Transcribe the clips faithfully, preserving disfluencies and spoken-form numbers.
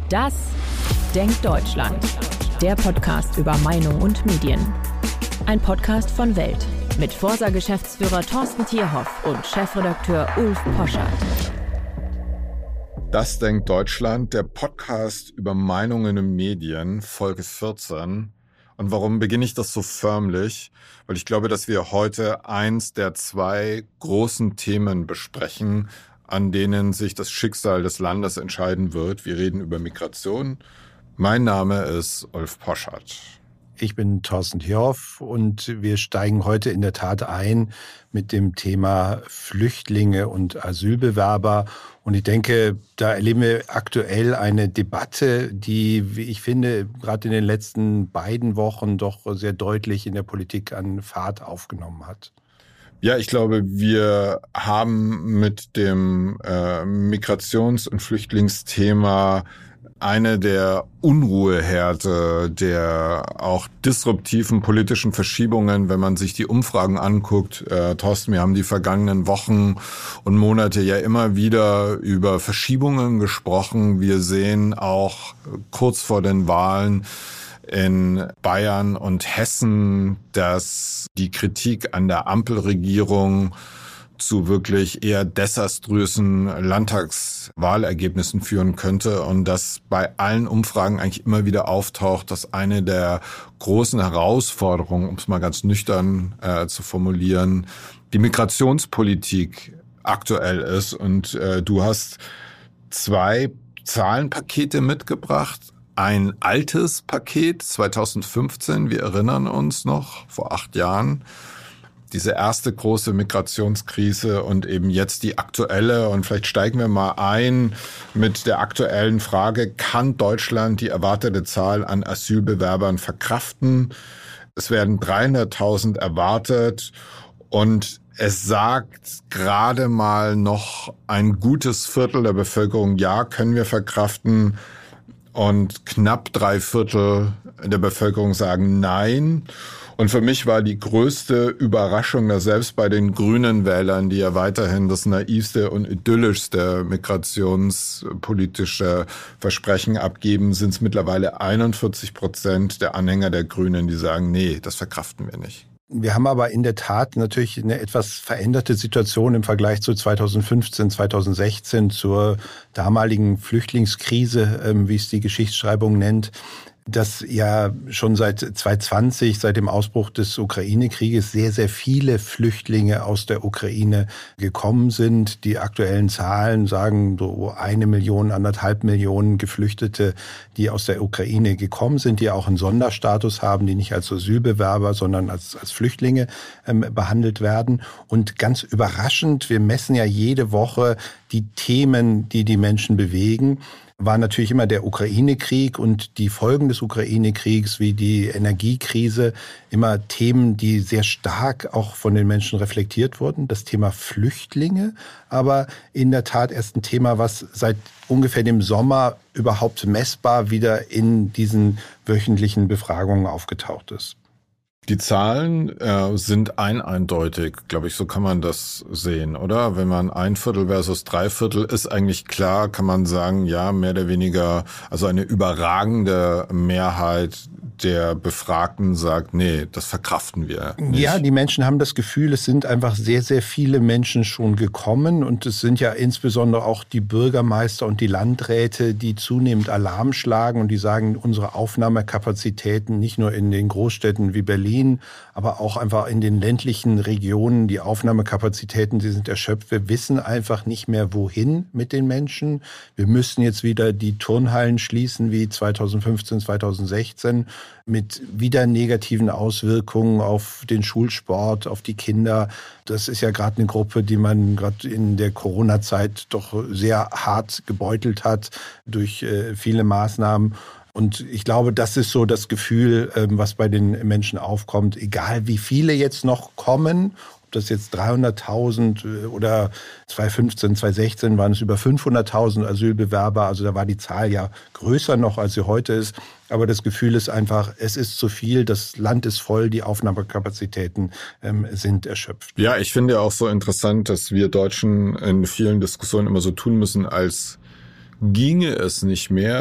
Das Denkt Deutschland, der Podcast über Meinung und Medien. Ein Podcast von Welt mit Forsa-Geschäftsführer Thorsten Tierhoff und Chefredakteur Ulf Poschardt. Das Denkt Deutschland, der Podcast über Meinungen und Medien, Folge vierzehn. Und warum beginne ich das so förmlich? Weil ich glaube, dass wir heute eins der zwei großen Themen besprechen, an denen sich das Schicksal des Landes entscheiden wird. Wir reden über Migration. Mein Name ist Ulf Poschardt. Ich bin Thorsten Tierhoff und wir steigen heute in der Tat ein mit dem Thema Flüchtlinge und Asylbewerber. Und ich denke, da erleben wir aktuell eine Debatte, die, wie ich finde, gerade in den letzten beiden Wochen doch sehr deutlich in der Politik an Fahrt aufgenommen hat. Ja, ich glaube, wir haben mit dem äh, Migrations- und Flüchtlingsthema eine der Unruheherde, der auch disruptiven politischen Verschiebungen, wenn man sich die Umfragen anguckt. Äh, Thorsten, wir haben die vergangenen Wochen und Monate ja immer wieder über Verschiebungen gesprochen. Wir sehen auch kurz vor den Wahlen in Bayern und Hessen, dass die Kritik an der Ampelregierung zu wirklich eher desaströsen Landtagswahlergebnissen führen könnte und dass bei allen Umfragen eigentlich immer wieder auftaucht, dass eine der großen Herausforderungen, um es mal ganz nüchtern äh, zu formulieren, die Migrationspolitik aktuell ist. Und äh, du hast zwei Zahlenpakete mitgebracht. Ein altes Paket, zweitausendfünfzehn, wir erinnern uns noch, vor acht Jahren, diese erste große Migrationskrise und eben jetzt die aktuelle. Und vielleicht steigen wir mal ein mit der aktuellen Frage, kann Deutschland die erwartete Zahl an Asylbewerbern verkraften? Es werden dreihunderttausend erwartet und es sagt gerade mal noch ein gutes Viertel der Bevölkerung, ja, können wir verkraften. Und knapp drei Viertel der Bevölkerung sagen nein. Und für mich war die größte Überraschung, dass selbst bei den grünen Wählern, die ja weiterhin das naivste und idyllischste migrationspolitische Versprechen abgeben, sind es mittlerweile einundvierzig Prozent der Anhänger der Grünen, die sagen, nee, das verkraften wir nicht. Wir haben aber in der Tat natürlich eine etwas veränderte Situation im Vergleich zu zweitausendfünfzehn, zweitausendsechzehn, zur damaligen Flüchtlingskrise, wie es die Geschichtsschreibung nennt, dass ja schon seit zweitausendzwanzig, seit dem Ausbruch des Ukraine-Krieges, sehr, sehr viele Flüchtlinge aus der Ukraine gekommen sind. Die aktuellen Zahlen sagen so eine Million, anderthalb Millionen Geflüchtete, die aus der Ukraine gekommen sind, die auch einen Sonderstatus haben, die nicht als Asylbewerber, sondern als, als Flüchtlinge ähm, behandelt werden. Und ganz überraschend, wir messen ja jede Woche die Themen, die die Menschen bewegen, war natürlich immer der Ukraine-Krieg und die Folgen des Ukraine-Kriegs wie die Energiekrise immer Themen, die sehr stark auch von den Menschen reflektiert wurden. Das Thema Flüchtlinge, aber in der Tat erst ein Thema, was seit ungefähr dem Sommer überhaupt messbar wieder in diesen wöchentlichen Befragungen aufgetaucht ist. Die Zahlen äh, sind eineindeutig, glaube ich, so kann man das sehen, oder? Wenn man ein Viertel versus drei Viertel ist eigentlich klar, kann man sagen, ja, mehr oder weniger, also eine überragende Mehrheit der Befragten sagt, nee, das verkraften wir nicht. Ja, die Menschen haben das Gefühl, es sind einfach sehr, sehr viele Menschen schon gekommen und es sind ja insbesondere auch die Bürgermeister und die Landräte, die zunehmend Alarm schlagen und die sagen, unsere Aufnahmekapazitäten nicht nur in den Großstädten wie Berlin, aber auch einfach in den ländlichen Regionen, die Aufnahmekapazitäten, die sind erschöpft. Wir wissen einfach nicht mehr, wohin mit den Menschen. Wir müssen jetzt wieder die Turnhallen schließen wie zweitausendfünfzehn, zweitausendsechzehn mit wieder negativen Auswirkungen auf den Schulsport, auf die Kinder. Das ist ja gerade eine Gruppe, die man gerade in der Corona-Zeit doch sehr hart gebeutelt hat durch äh, viele Maßnahmen. Und ich glaube, das ist so das Gefühl, was bei den Menschen aufkommt, egal wie viele jetzt noch kommen, ob das jetzt dreihunderttausend oder zweitausendfünfzehn, zweitausendsechzehn waren es über fünfhunderttausend Asylbewerber, also da war die Zahl ja größer noch, als sie heute ist. Aber das Gefühl ist einfach, es ist zu viel, das Land ist voll, die Aufnahmekapazitäten ähm, sind erschöpft. Ja, ich finde ja auch so interessant, dass wir Deutschen in vielen Diskussionen immer so tun müssen, als ginge es nicht mehr.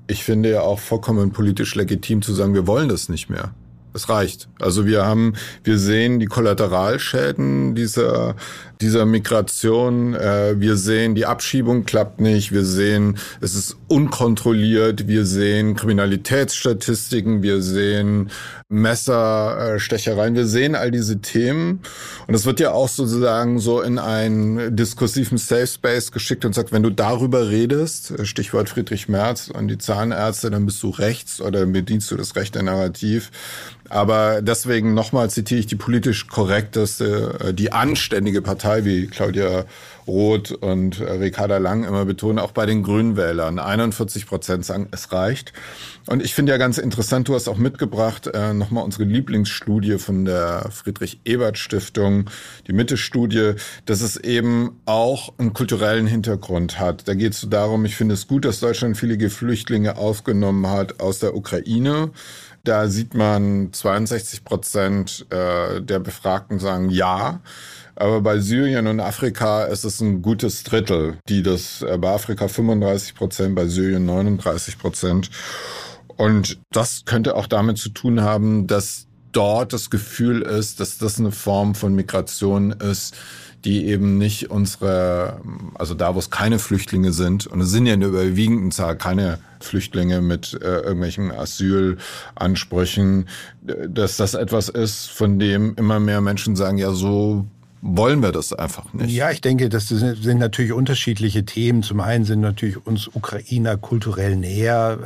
ich finde ja auch vollkommen politisch legitim zu sagen, wir wollen das nicht mehr. Es reicht. Also wir haben, wir sehen die Kollateralschäden dieser dieser Migration. Äh, wir sehen, die Abschiebung klappt nicht. Wir sehen, es ist unkontrolliert. Wir sehen Kriminalitätsstatistiken. Wir sehen Messerstechereien. Wir sehen all diese Themen. Und es wird ja auch sozusagen so in einen diskursiven Safe Space geschickt und sagt, wenn du darüber redest, Stichwort Friedrich Merz und die Zahnärzte, dann bist du rechts oder bedienst du das rechte Narrativ. Aber deswegen nochmal zitiere ich die politisch korrekteste, die anständige Partei, wie Claudia Roth und Ricarda Lang immer betonen, auch bei den Grünwählern. einundvierzig Prozent sagen, es reicht. Und ich finde ja ganz interessant, du hast auch mitgebracht, äh, nochmal unsere Lieblingsstudie von der Friedrich-Ebert-Stiftung, die Mitte-Studie, dass es eben auch einen kulturellen Hintergrund hat. Da geht es darum, ich finde es gut, dass Deutschland viele Flüchtlinge aufgenommen hat aus der Ukraine. Da sieht man, zweiundsechzig Prozent äh, der Befragten sagen ja. Aber bei Syrien und Afrika ist es ein gutes Drittel, die das, äh, bei Afrika fünfunddreißig Prozent, bei Syrien neununddreißig Prozent. Und das könnte auch damit zu tun haben, dass dort das Gefühl ist, dass das eine Form von Migration ist, die eben nicht unsere, also da, wo es keine Flüchtlinge sind, und es sind ja in der überwiegenden Zahl keine Flüchtlinge mit äh, irgendwelchen Asylansprüchen, dass das etwas ist, von dem immer mehr Menschen sagen, ja, so wollen wir das einfach nicht. Ja, ich denke, das sind natürlich unterschiedliche Themen. Zum einen sind natürlich uns Ukrainer kulturell näher.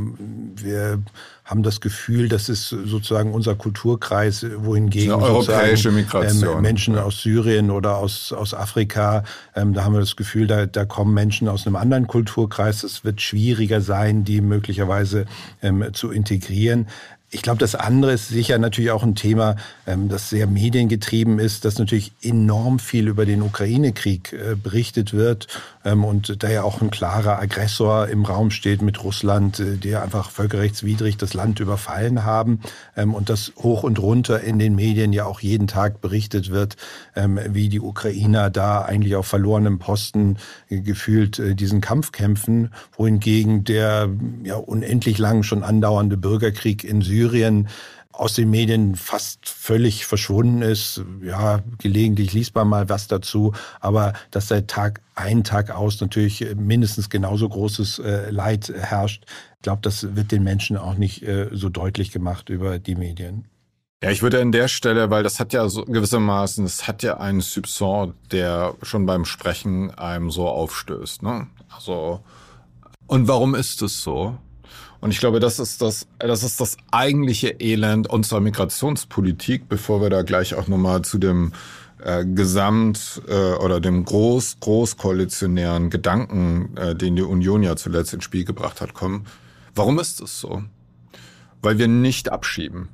Wir haben das Gefühl, das ist sozusagen unser Kulturkreis, wohingegen eine europäische Migration. Menschen aus Syrien oder aus, aus Afrika, da haben wir das Gefühl, da, da kommen Menschen aus einem anderen Kulturkreis. Es wird schwieriger sein, die möglicherweise ähm, zu integrieren. Ich glaube, das andere ist sicher natürlich auch ein Thema, das sehr mediengetrieben ist, dass natürlich enorm viel über den Ukraine-Krieg berichtet wird und da ja auch ein klarer Aggressor im Raum steht mit Russland, die einfach völkerrechtswidrig das Land überfallen haben und das hoch und runter in den Medien ja auch jeden Tag berichtet wird, wie die Ukrainer da eigentlich auf verlorenem Posten gefühlt diesen Kampf kämpfen, wohingegen der ja unendlich lang schon andauernde Bürgerkrieg in Syrien Syrien aus den Medien fast völlig verschwunden ist. Ja, gelegentlich liest man mal was dazu, aber dass seit Tag ein, Tag aus natürlich mindestens genauso großes äh, Leid herrscht, ich glaube, das wird den Menschen auch nicht äh, so deutlich gemacht über die Medien. Ja, ich würde an der Stelle, weil das hat ja so gewissermaßen, es hat ja einen Soupçon, der schon beim Sprechen einem so aufstößt, ne? Also, und warum ist es so? Und ich glaube, das ist das, das ist das eigentliche Elend unserer Migrationspolitik, bevor wir da gleich auch nochmal zu dem äh, Gesamt- äh, oder dem groß, großkoalitionären Gedanken, äh, den die Union ja zuletzt ins Spiel gebracht hat, kommen. Warum ist es so? Weil wir nicht abschieben.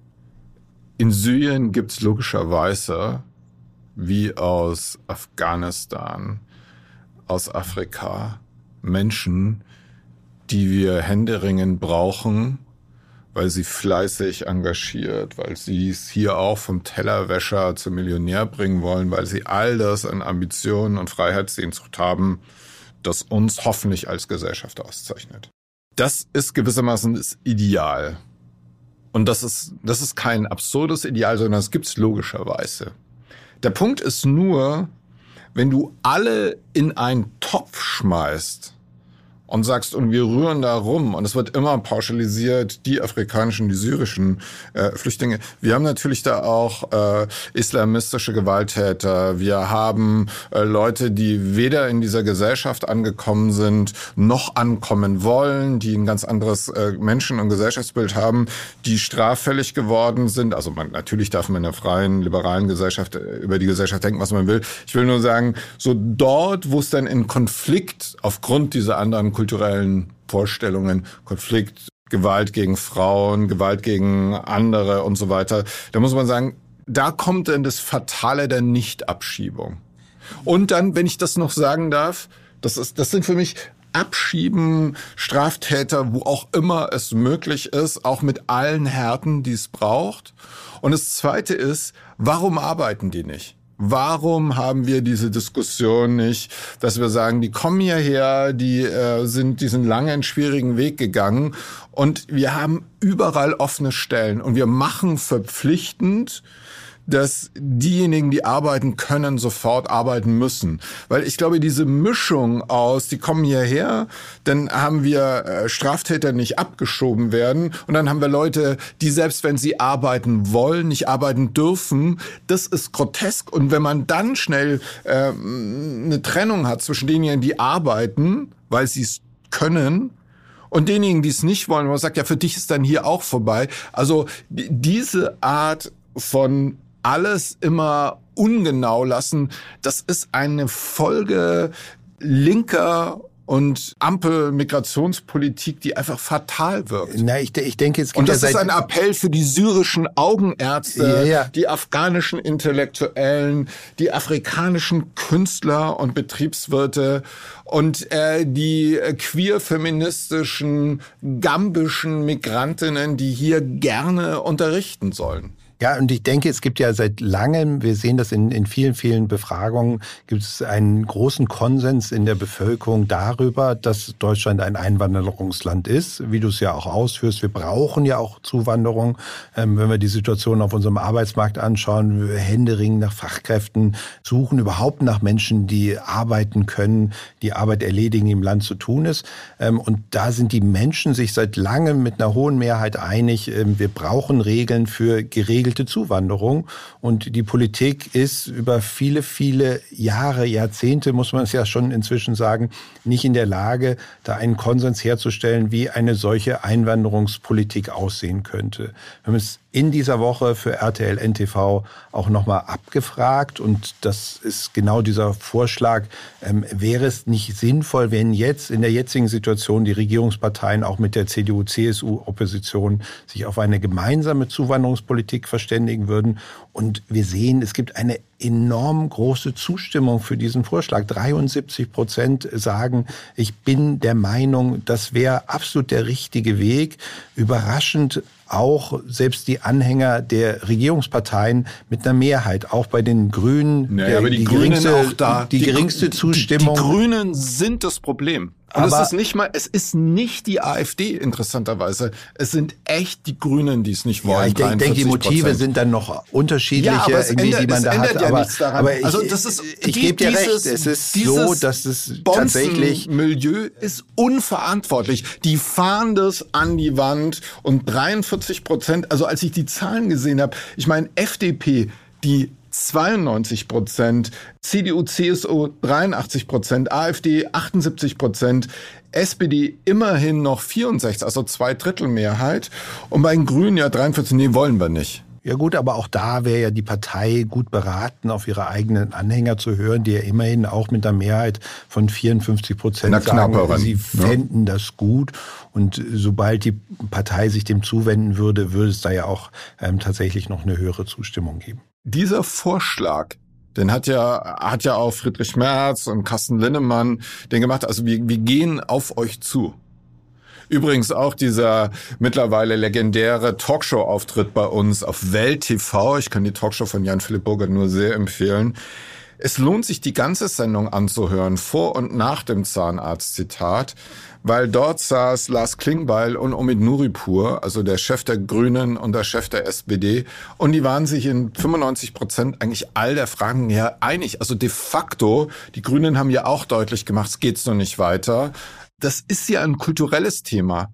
In Syrien gibt's logischerweise, wie aus Afghanistan, aus Afrika, Menschen, die wir händeringend brauchen, weil sie fleißig engagiert, weil sie es hier auch vom Tellerwäscher zum Millionär bringen wollen, weil sie all das an Ambitionen und Freiheitssehnsucht haben, das uns hoffentlich als Gesellschaft auszeichnet. Das ist gewissermaßen das Ideal. Und das ist, das ist kein absurdes Ideal, sondern es gibt's logischerweise. Der Punkt ist nur, wenn du alle in einen Topf schmeißt, und sagst, und wir rühren da rum, und es wird immer pauschalisiert, die afrikanischen, die syrischen äh, Flüchtlinge. Wir haben natürlich da auch äh, islamistische Gewalttäter. Wir haben äh, Leute, die weder in dieser Gesellschaft angekommen sind, noch ankommen wollen, die ein ganz anderes äh, Menschen- und Gesellschaftsbild haben, die straffällig geworden sind. Also man, natürlich darf man in einer freien, liberalen Gesellschaft äh, über die Gesellschaft denken, was man will. Ich will nur sagen, so dort, wo es dann in Konflikt aufgrund dieser anderen kulturellen Vorstellungen, Konflikt, Gewalt gegen Frauen, Gewalt gegen andere und so weiter. Da muss man sagen, da kommt dann das Fatale der Nichtabschiebung. Und dann, wenn ich das noch sagen darf, das ist, das sind für mich Abschieben, Straftäter, wo auch immer es möglich ist, auch mit allen Härten, die es braucht. Und das Zweite ist, warum arbeiten die nicht? Warum haben wir diese Diskussion nicht, dass wir sagen, die kommen hierher, die äh, sind diesen langen, schwierigen Weg gegangen und wir haben überall offene Stellen und wir machen verpflichtend, dass diejenigen, die arbeiten können, sofort arbeiten müssen. Weil ich glaube, diese Mischung aus, die kommen hierher, dann haben wir äh, Straftäter nicht abgeschoben werden und dann haben wir Leute, die selbst wenn sie arbeiten wollen, nicht arbeiten dürfen. Das ist grotesk. Und wenn man dann schnell äh, eine Trennung hat zwischen denjenigen, die arbeiten, weil sie es können, und denjenigen, die es nicht wollen, man sagt, ja, für dich ist dann hier auch vorbei. Also diese Art von alles immer ungenau lassen, das ist eine Folge linker und Ampel-Migrationspolitik, die einfach fatal wirkt. Na, ich, ich denke, es gibt und das ja ist ein Appell für die syrischen Augenärzte, ja, ja. die afghanischen Intellektuellen, die afrikanischen Künstler und Betriebswirte und äh, die queer-feministischen, gambischen Migrantinnen, die hier gerne unterrichten sollen. Ja, und ich denke, es gibt ja seit langem, wir sehen das in, in vielen, vielen Befragungen, gibt es einen großen Konsens in der Bevölkerung darüber, dass Deutschland ein Einwanderungsland ist, wie du es ja auch ausführst. Wir brauchen ja auch Zuwanderung. Ähm, wenn wir die Situation auf unserem Arbeitsmarkt anschauen, wir händeringend nach Fachkräften, suchen überhaupt nach Menschen, die arbeiten können, die Arbeit erledigen, die im Land zu tun ist. Ähm, und da sind die Menschen sich seit langem mit einer hohen Mehrheit einig, ähm, wir brauchen Regeln für geregelte Zuwanderung und die Politik ist über viele, viele Jahre, Jahrzehnte, muss man es ja schon inzwischen sagen, nicht in der Lage, da einen Konsens herzustellen, wie eine solche Einwanderungspolitik aussehen könnte. Wir haben es in dieser Woche für R T L N T V auch nochmal abgefragt und das ist genau dieser Vorschlag. Ähm, wäre es nicht sinnvoll, wenn jetzt in der jetzigen Situation die Regierungsparteien auch mit der C D U C S U-Opposition sich auf eine gemeinsame Zuwanderungspolitik verständigen würden? Und wir sehen, es gibt eine enorm große Zustimmung für diesen Vorschlag. dreiundsiebzig Prozent sagen, ich bin der Meinung, das wäre absolut der richtige Weg. Überraschend auch selbst die Anhänger der Regierungsparteien mit einer Mehrheit, auch bei den Grünen. Naja, der, aber die, die Grünen geringste, auch da. Die, die geringste Zustimmung. Die, die Grünen sind das Problem. Und Aber es ist nicht mal, es ist nicht die AfD, interessanterweise. Es sind echt die Grünen, die es nicht wollen. Ja, ich denke, denk, die Motive sind dann noch unterschiedliche, ja, aber es irgendwie, ändert, die man es da ändert hat. Ja aber, nichts daran. aber ich, also das ist, ich die, gebe dir dieses, recht, es ist so, dass es tatsächlich... Milieu ist unverantwortlich. Die fahren das an die Wand und dreiundvierzig Prozent, also als ich die Zahlen gesehen habe, ich meine, F D P, die zweiundneunzig Prozent, C D U, C S U dreiundachtzig Prozent, AfD achtundsiebzig Prozent, S P D immerhin noch vierundsechzig, also zwei Drittel Mehrheit. Und bei den Grünen ja dreiundvierzig, nee, wollen wir nicht. Ja gut, aber auch da wäre ja die Partei gut beraten, auf ihre eigenen Anhänger zu hören, die ja immerhin auch mit einer Mehrheit von vierundfünfzig Prozent sagen, sie fänden ja. das gut. Und sobald die Partei sich dem zuwenden würde, würde es da ja auch ähm, tatsächlich noch eine höhere Zustimmung geben. Dieser Vorschlag, den hat ja, hat ja auch Friedrich Merz und Carsten Linnemann den gemacht. Also wir, wir gehen auf euch zu. Übrigens auch dieser mittlerweile legendäre Talkshow-Auftritt bei uns auf Welt T V. Ich kann die Talkshow von Jan-Philipp Burger nur sehr empfehlen. Es lohnt sich, die ganze Sendung anzuhören, vor und nach dem Zahnarzt-Zitat, weil dort saß Lars Klingbeil und Omid Nuripur, also der Chef der Grünen und der Chef der S P D, und die waren sich in fünfundneunzig Prozent eigentlich all der Fragen her einig. Also de facto, die Grünen haben ja auch deutlich gemacht, es geht so nicht weiter. Das ist ja ein kulturelles Thema.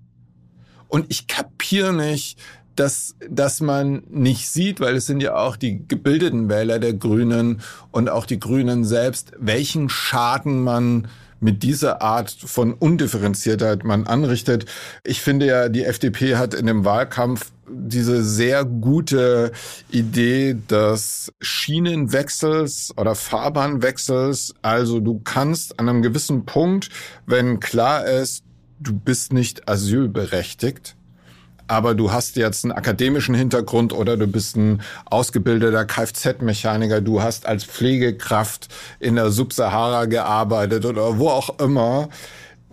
Und ich kapiere nicht, dass, dass man nicht sieht, weil es sind ja auch die gebildeten Wähler der Grünen und auch die Grünen selbst, welchen Schaden man mit dieser Art von Undifferenziertheit man anrichtet. Ich finde ja, die F D P hat in dem Wahlkampf diese sehr gute Idee des Schienenwechsels oder Fahrbahnwechsels. Also du kannst an einem gewissen Punkt, wenn klar ist, du bist nicht asylberechtigt, aber du hast jetzt einen akademischen Hintergrund oder du bist ein ausgebildeter Kfz-Mechaniker, du hast als Pflegekraft in der Subsahara gearbeitet oder wo auch immer,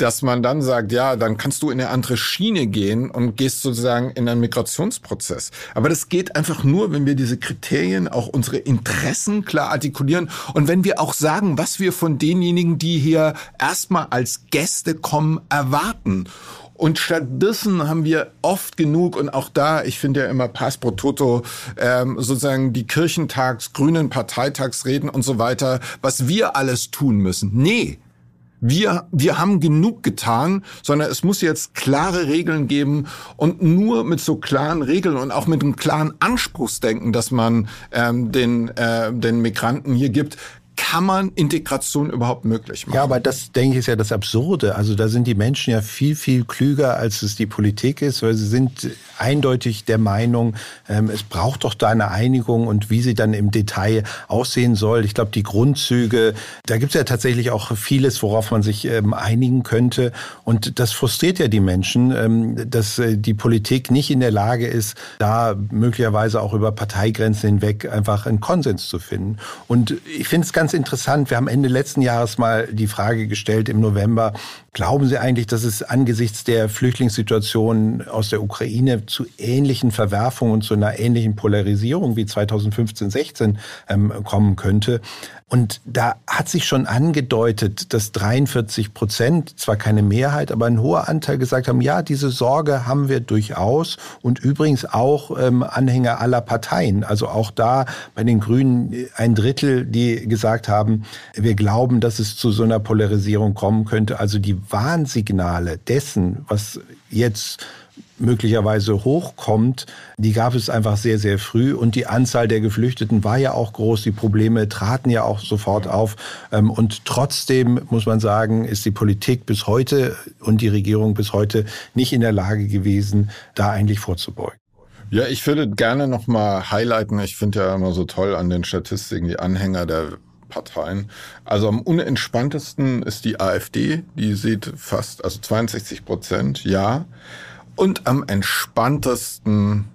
dass man dann sagt, ja, dann kannst du in eine andere Schiene gehen und gehst sozusagen in einen Migrationsprozess. Aber das geht einfach nur, wenn wir diese Kriterien, auch unsere Interessen klar artikulieren und wenn wir auch sagen, was wir von denjenigen, die hier erstmal als Gäste kommen, erwarten. Und stattdessen haben wir oft genug, und auch da, ich finde ja immer Pass pro Toto, ähm, sozusagen die Kirchentags-, grünen Parteitagsreden und so weiter, was wir alles tun müssen. Nee, wir, wir haben genug getan, sondern es muss jetzt klare Regeln geben und nur mit so klaren Regeln und auch mit einem klaren Anspruchsdenken, dass man ähm, den, äh, den Migranten hier gibt, kann man Integration überhaupt möglich machen? Ja, aber das, denke ich, ist ja das Absurde. Also da sind die Menschen ja viel, viel klüger, als es die Politik ist, weil sie sind eindeutig der Meinung, ähm, es braucht doch da eine Einigung und wie sie dann im Detail aussehen soll. Ich glaube, die Grundzüge, da gibt es ja tatsächlich auch vieles, worauf man sich ähm, einigen könnte. Und das frustriert ja die Menschen, ähm, dass äh, die Politik nicht in der Lage ist, da möglicherweise auch über Parteigrenzen hinweg einfach einen Konsens zu finden. Und ich finde es ganz interessant, wir haben Ende letzten Jahres mal die Frage gestellt im November, glauben Sie eigentlich, dass es angesichts der Flüchtlingssituation aus der Ukraine zu ähnlichen Verwerfungen und zu einer ähnlichen Polarisierung wie zweitausendfünfzehn sechzehn ähm, kommen könnte? Und da hat sich schon angedeutet, dass dreiundvierzig Prozent, zwar keine Mehrheit, aber ein hoher Anteil gesagt haben, ja, diese Sorge haben wir durchaus und übrigens auch ähm, Anhänger aller Parteien. Also auch da bei den Grünen ein Drittel, die gesagt haben, wir glauben, dass es zu so einer Polarisierung kommen könnte. Also die Warnsignale dessen, was jetzt möglicherweise hochkommt, die gab es einfach sehr, sehr früh. Und die Anzahl der Geflüchteten war ja auch groß. Die Probleme traten ja auch sofort auf. Und trotzdem, muss man sagen, ist die Politik bis heute und die Regierung bis heute nicht in der Lage gewesen, da eigentlich vorzubeugen. Ja, ich würde gerne noch mal highlighten. Ich finde ja immer so toll an den Statistiken die Anhänger der Parteien. Also am unentspanntesten ist die AfD. Die sieht fast, also zweiundsechzig Prozent, ja. Und am entspanntesten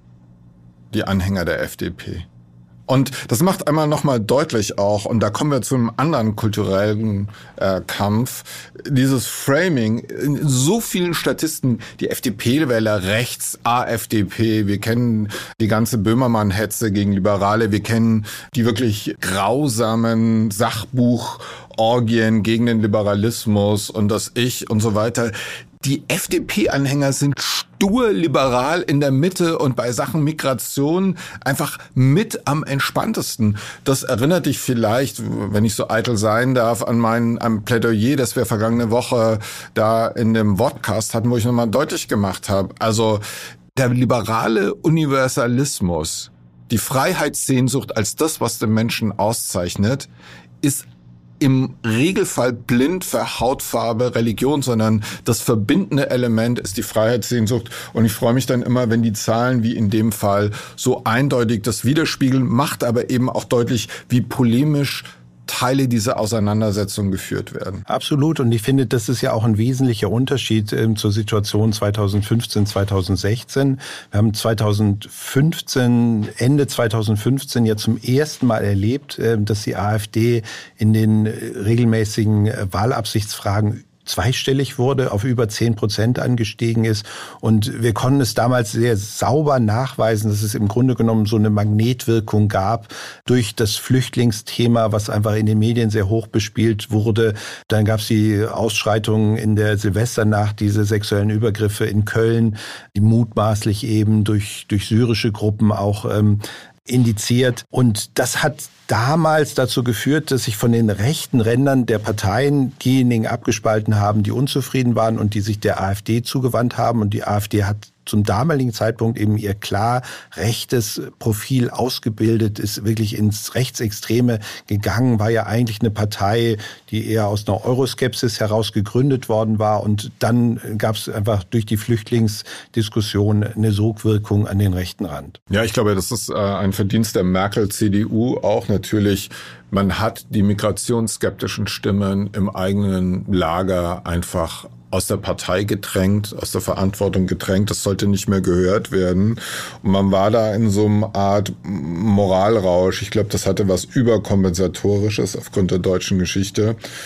die Anhänger der F D P. Und das macht einmal nochmal deutlich auch, und da kommen wir zu einem anderen kulturellen äh, Kampf, dieses Framing, in so vielen Statisten, die F D P-Wähler rechts, AfDP, wir kennen die ganze Böhmermann-Hetze gegen Liberale, wir kennen die wirklich grausamen Sachbuchorgien gegen den Liberalismus und das Ich und so weiter. Die F D P-Anhänger sind stur liberal in der Mitte und bei Sachen Migration einfach mit am entspanntesten. Das erinnert dich vielleicht, wenn ich so eitel sein darf, an mein an Plädoyer, das wir vergangene Woche da in dem Podcast hatten, wo ich nochmal deutlich gemacht habe. Also der liberale Universalismus, die Freiheitssehnsucht als das, was den Menschen auszeichnet, ist im Regelfall blind für Hautfarbe, Religion, sondern das verbindende Element ist die Freiheitssehnsucht. Und ich freue mich dann immer, wenn die Zahlen wie in dem Fall so eindeutig das widerspiegeln, macht aber eben auch deutlich, wie polemisch Teile dieser Auseinandersetzung geführt werden. Absolut. Und ich finde, das ist ja auch ein wesentlicher Unterschied äh, zur Situation zweitausendfünfzehn, zweitausendsechzehn. Wir haben zweitausendfünfzehn, Ende zweitausendfünfzehn ja zum ersten Mal erlebt, äh, dass die AfD in den äh, regelmäßigen äh, Wahlabsichtsfragen zweistellig wurde, auf über zehn Prozent angestiegen ist. Und wir konnten es damals sehr sauber nachweisen, dass es im Grunde genommen so eine Magnetwirkung gab durch das Flüchtlingsthema, was einfach in den Medien sehr hoch bespielt wurde. Dann gab es die Ausschreitungen in der Silvesternacht, diese sexuellen Übergriffe in Köln, die mutmaßlich eben durch, durch syrische Gruppen auch ähm, indiziert. Und das hat damals dazu geführt, dass sich von den rechten Rändern der Parteien diejenigen abgespalten haben, die unzufrieden waren und die sich der AfD zugewandt haben. Und die AfD hat zum damaligen Zeitpunkt eben ihr klar rechtes Profil ausgebildet, ist wirklich ins Rechtsextreme gegangen, war ja eigentlich eine Partei, die eher aus einer Euroskepsis heraus gegründet worden war. Und dann gab es einfach durch die Flüchtlingsdiskussion eine Sogwirkung an den rechten Rand. Ja, ich glaube, das ist äh, ein Verdienst der Merkel-C D U auch natürlich. Man hat die migrationsskeptischen Stimmen im eigenen Lager einfach aus der Partei gedrängt, aus der Verantwortung gedrängt. Das sollte nicht mehr gehört werden. Und man war da in so einer Art Moralrausch. Ich glaube, das hatte was Überkompensatorisches aufgrund der deutschen Geschichte.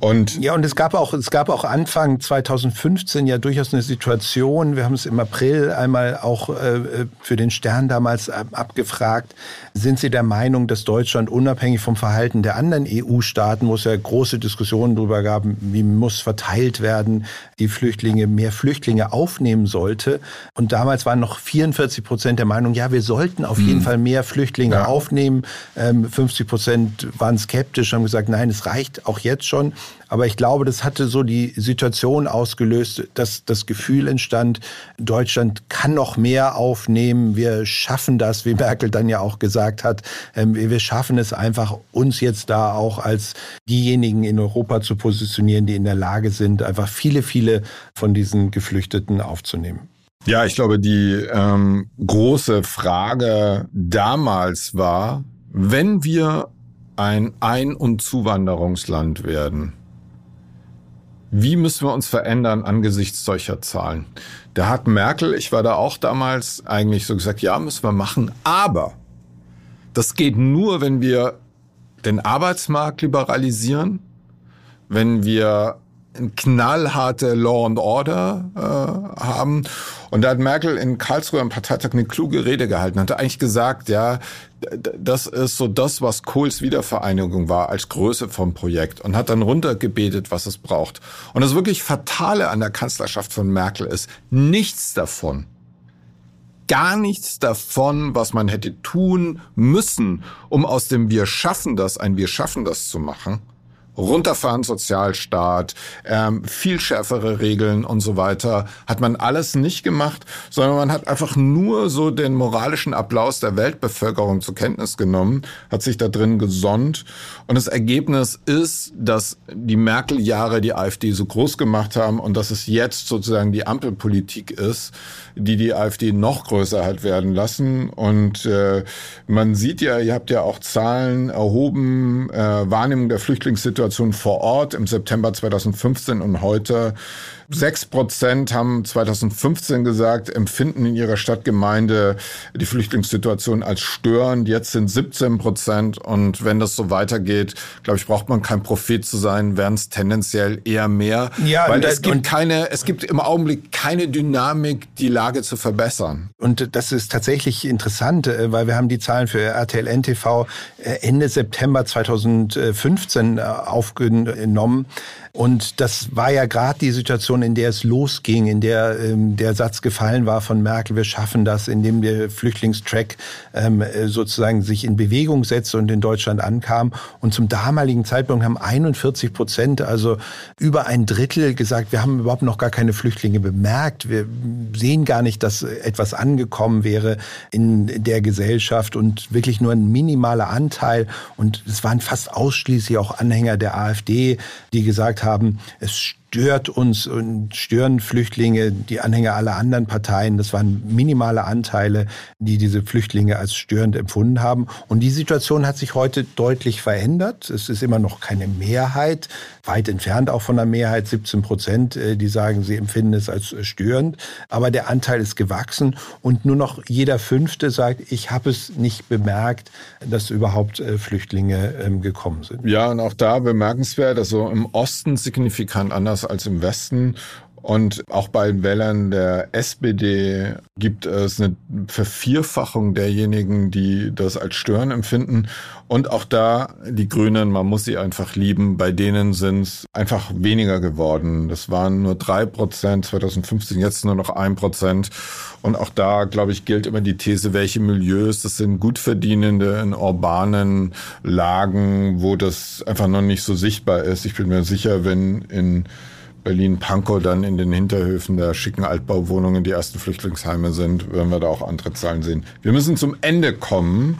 Und ja, und es gab auch, es gab auch Anfang zweitausendfünfzehn ja durchaus eine Situation, wir haben es im April einmal auch äh, für den Stern damals abgefragt, sind Sie der Meinung, dass Deutschland unabhängig vom Verhalten der anderen E U-Staaten, wo es ja große Diskussionen darüber gab, wie muss verteilt werden, die Flüchtlinge, mehr Flüchtlinge aufnehmen sollte. Und damals waren noch vierundvierzig Prozent der Meinung, ja, wir sollten auf hm. jeden Fall mehr Flüchtlinge ja. aufnehmen. Ähm, fünfzig Prozent waren skeptisch, haben gesagt, nein, es reicht auch jetzt schon. Aber ich glaube, das hatte so die Situation ausgelöst, dass das Gefühl entstand, Deutschland kann noch mehr aufnehmen. Wir schaffen das, wie Merkel dann ja auch gesagt hat. Wir schaffen es einfach, uns jetzt da auch als diejenigen in Europa zu positionieren, die in der Lage sind, einfach viele, viele von diesen Geflüchteten aufzunehmen. Ja, ich glaube, die ähm, große Frage damals war, wenn wir ein Ein- und Zuwanderungsland werden, wie müssen wir uns verändern angesichts solcher Zahlen? Da hat Merkel, ich war da auch damals, eigentlich so gesagt, ja, müssen wir machen. Aber das geht nur, wenn wir den Arbeitsmarkt liberalisieren, wenn wir eine knallharte Law and Order äh, haben. Und da hat Merkel in Karlsruhe am Parteitag eine kluge Rede gehalten, hat eigentlich gesagt, ja, das ist so das, was Kohls Wiedervereinigung war als Größe vom Projekt, und hat dann runtergebetet, was es braucht. Und das wirklich Fatale an der Kanzlerschaft von Merkel ist, nichts davon, gar nichts davon, was man hätte tun müssen, um aus dem Wir schaffen das ein Wir schaffen das zu machen, runterfahren Sozialstaat, ähm, viel schärfere Regeln und so weiter, hat man alles nicht gemacht, sondern man hat einfach nur so den moralischen Applaus der Weltbevölkerung zur Kenntnis genommen, hat sich da drin gesonnt, und das Ergebnis ist, dass die Merkel-Jahre die AfD so groß gemacht haben und dass es jetzt sozusagen die Ampelpolitik ist, die die AfD noch größer hat werden lassen. Und äh, man sieht ja, ihr habt ja auch Zahlen erhoben, äh, Wahrnehmung der Flüchtlingssituation vor Ort im September zweitausendfünfzehn und heute. Sechs Prozent haben zweitausendfünfzehn gesagt, empfinden in ihrer Stadtgemeinde die Flüchtlingssituation als störend. Jetzt sind siebzehn Prozent. Und wenn das so weitergeht, glaube ich, braucht man kein Prophet zu sein, werden es tendenziell eher mehr. Ja, weil es gibt keine, es gibt im Augenblick keine Dynamik, die Lage zu verbessern. Und das ist tatsächlich interessant, weil wir haben die Zahlen für R T L N T V Ende September zweitausendfünfzehn aufgenommen. Und das war ja gerade die Situation, in der es losging, in der ähm, der Satz gefallen war von Merkel, wir schaffen das, in dem der Flüchtlingstrack ähm, sozusagen sich in Bewegung setzte und in Deutschland ankam. Und zum damaligen Zeitpunkt haben einundvierzig Prozent, also über ein Drittel, gesagt, wir haben überhaupt noch gar keine Flüchtlinge bemerkt. Wir sehen gar nicht, dass etwas angekommen wäre in der Gesellschaft, und wirklich nur ein minimaler Anteil. Und es waren fast ausschließlich auch Anhänger der AfD, die gesagt haben, es stört uns und stören Flüchtlinge, die Anhänger aller anderen Parteien. Das waren minimale Anteile, die diese Flüchtlinge als störend empfunden haben. Und die Situation hat sich heute deutlich verändert. Es ist immer noch keine Mehrheit, weit entfernt auch von der Mehrheit, siebzehn Prozent, die sagen, sie empfinden es als störend. Aber der Anteil ist gewachsen, und nur noch jeder Fünfte sagt, ich habe es nicht bemerkt, dass überhaupt Flüchtlinge gekommen sind. Ja, und auch da bemerkenswert, also im Osten signifikant anders als im Westen. Und auch bei den Wählern der S P D gibt es eine Vervierfachung derjenigen, die das als störend empfinden. Und auch da die Grünen, man muss sie einfach lieben, bei denen sind es einfach weniger geworden. Das waren nur drei Prozent zweitausendfünfzehn, jetzt nur noch ein Prozent. Und auch da, glaube ich, gilt immer die These, welche Milieus, das sind Gutverdienende in urbanen Lagen, wo das einfach noch nicht so sichtbar ist. Ich bin mir sicher, wenn in Berlin-Pankow dann in den Hinterhöfen der schicken Altbauwohnungen die ersten Flüchtlingsheime sind, werden wir da auch andere Zahlen sehen. Wir müssen zum Ende kommen.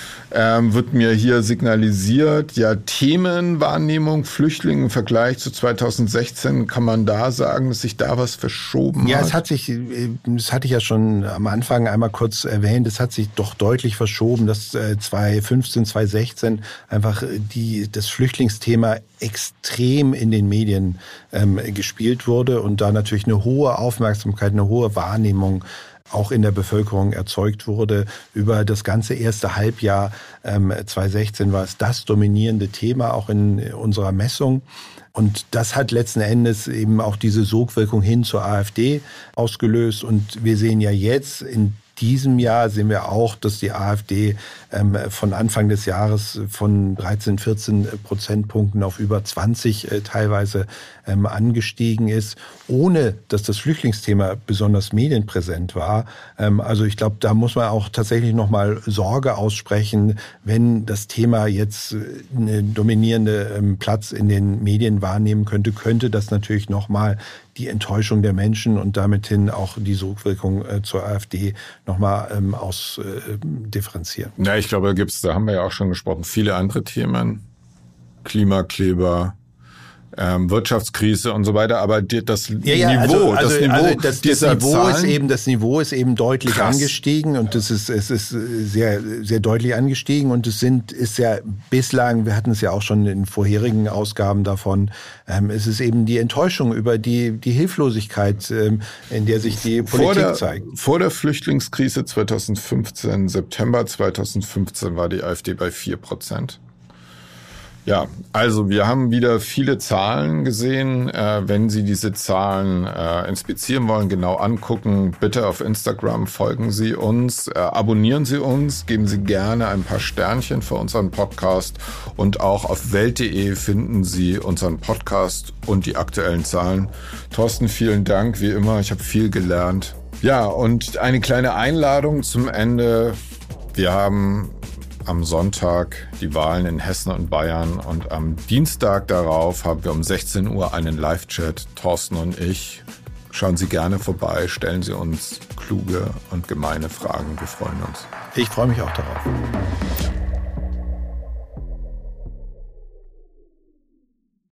Ähm, wird mir hier signalisiert, ja, Themenwahrnehmung, Flüchtlinge im Vergleich zu zweitausendsechzehn, kann man da sagen, dass sich da was verschoben ja, hat? Ja, es hat sich, das hatte ich ja schon am Anfang einmal kurz erwähnt, es hat sich doch deutlich verschoben, dass zweitausendfünfzehn, zweitausendsechzehn einfach die, das Flüchtlingsthema extrem in den Medien ähm, gespielt wurde und da natürlich eine hohe Aufmerksamkeit, eine hohe Wahrnehmung auch in der Bevölkerung erzeugt wurde. Über das ganze erste Halbjahr ähm, zwanzig sechzehn war es das dominierende Thema auch in unserer Messung. Und das hat letzten Endes eben auch diese Sogwirkung hin zur AfD ausgelöst. Und wir sehen ja jetzt in diesem Jahr sehen wir auch, dass die AfD ähm, von Anfang des Jahres von dreizehn, vierzehn Prozentpunkten auf über zwanzig äh, teilweise ähm, angestiegen ist, ohne dass das Flüchtlingsthema besonders medienpräsent war. Ähm, also ich glaube, da muss man auch tatsächlich nochmal Sorge aussprechen, wenn das Thema jetzt einen dominierenden ähm, Platz in den Medien wahrnehmen könnte, könnte das natürlich nochmal die Enttäuschung der Menschen und damit hin auch die Sogwirkung äh, zur AfD nochmal ähm, ausdifferenzieren. Äh, ja, ich glaube, da gibt's, da haben wir ja auch schon gesprochen, viele andere Themen. Klimakleber, ähm, Wirtschaftskrise und so weiter, aber die, das ja, ja, Niveau, also, also, das Niveau, also das, dieser das Niveau Zahlen, ist eben, das Niveau ist eben deutlich krass. angestiegen und das ist, es ist sehr, sehr deutlich angestiegen und es sind, ist ja bislang, wir hatten es ja auch schon in vorherigen Ausgaben davon, ähm, es ist eben die Enttäuschung über die, die Hilflosigkeit, ähm, in der sich die Politik vor der, zeigt. Vor der Flüchtlingskrise zwanzig fünfzehn, September zwanzig fünfzehn war die AfD bei vier Prozent. Ja, also wir haben wieder viele Zahlen gesehen. Äh, wenn Sie diese Zahlen äh, inspizieren wollen, genau angucken, bitte auf Instagram folgen Sie uns, äh, abonnieren Sie uns, geben Sie gerne ein paar Sternchen für unseren Podcast und auch auf welt punkt de finden Sie unseren Podcast und die aktuellen Zahlen. Thorsten, vielen Dank, wie immer, ich habe viel gelernt. Ja, und eine kleine Einladung zum Ende. Wir haben am Sonntag die Wahlen in Hessen und Bayern und am Dienstag darauf haben wir um sechzehn Uhr einen Live-Chat, Thorsten und ich. Schauen Sie gerne vorbei, stellen Sie uns kluge und gemeine Fragen. Wir freuen uns. Ich freue mich auch darauf.